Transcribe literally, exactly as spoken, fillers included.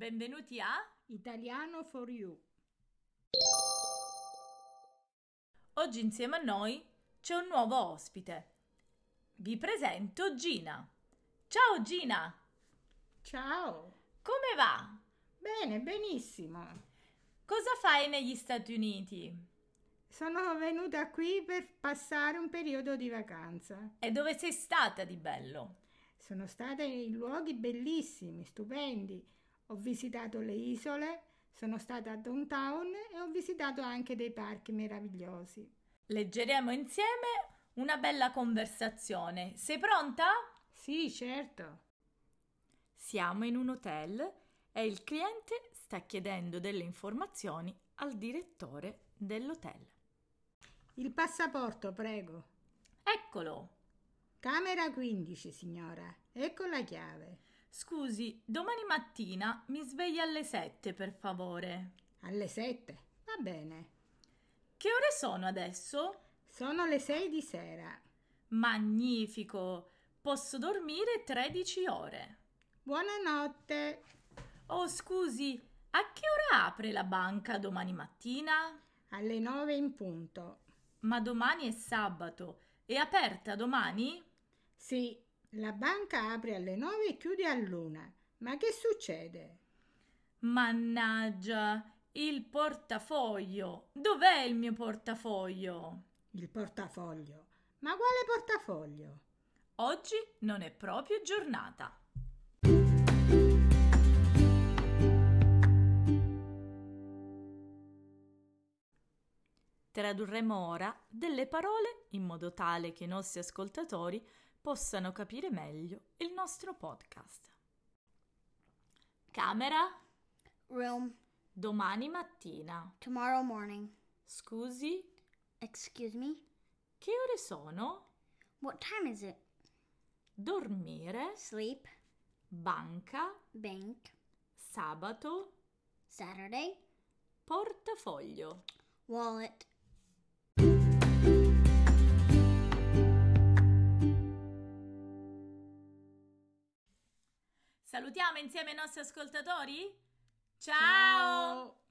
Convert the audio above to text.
benvenuti a Italiano for You. Oggi insieme a noi c'è un nuovo ospite. Vi presento Gina. Ciao Gina! Ciao! Come va? Bene, benissimo. Cosa fai negli Stati Uniti? Sono venuta qui per passare un periodo di vacanza. E dove sei stata di bello? Sono stata in luoghi bellissimi, stupendi. Ho visitato le isole, sono stata a downtown e ho visitato anche dei parchi meravigliosi. Leggeremo insieme una bella conversazione. Sei pronta? Sì, certo. Siamo in un hotel e il cliente sta chiedendo delle informazioni al direttore dell'hotel. Il passaporto, prego. Eccolo. Camera quindici, signora. Ecco la chiave. Scusi, domani mattina mi svegli alle sette, per favore. Alle sette? Va bene. Che ore sono adesso? Sono le sei di sera. Magnifico! Posso dormire tredici ore. Buonanotte. Oh, scusi, a che ora apre la banca domani mattina? Alle nove in punto. Ma domani è sabato. È aperta domani? Sì, la banca apre alle nove e chiude all'una. Ma che succede? Mannaggia, il portafoglio. Dov'è il mio portafoglio? Il portafoglio. Ma quale portafoglio? Oggi non è proprio giornata. Tradurremo ora delle parole in modo tale che i nostri ascoltatori possano capire meglio il nostro podcast. Camera. Room. Domani mattina. Tomorrow morning. Scusi, Excuse me? che ore sono? What time is it? Dormire. Sleep. Banca. Bank. Sabato. Saturday. Portafoglio. Wallet. Salutiamo insieme i nostri ascoltatori? Ciao!